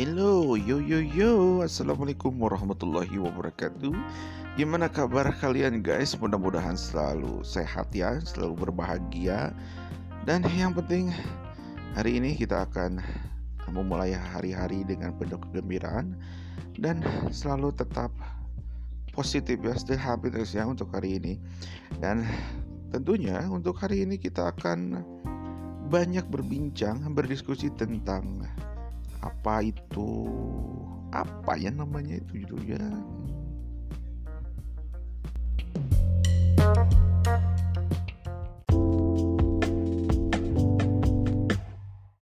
Hello, yo, assalamualaikum warahmatullahi wabarakatuh. Gimana kabar kalian guys? Mudah-mudahan selalu sehat ya, selalu berbahagia. Dan yang penting hari ini kita akan memulai hari-hari dengan penuh kegembiraan dan selalu tetap positif ya, stay happiness ya untuk hari ini. Dan tentunya untuk hari ini kita akan banyak berbincang, berdiskusi tentang apa ya namanya itu judulnya,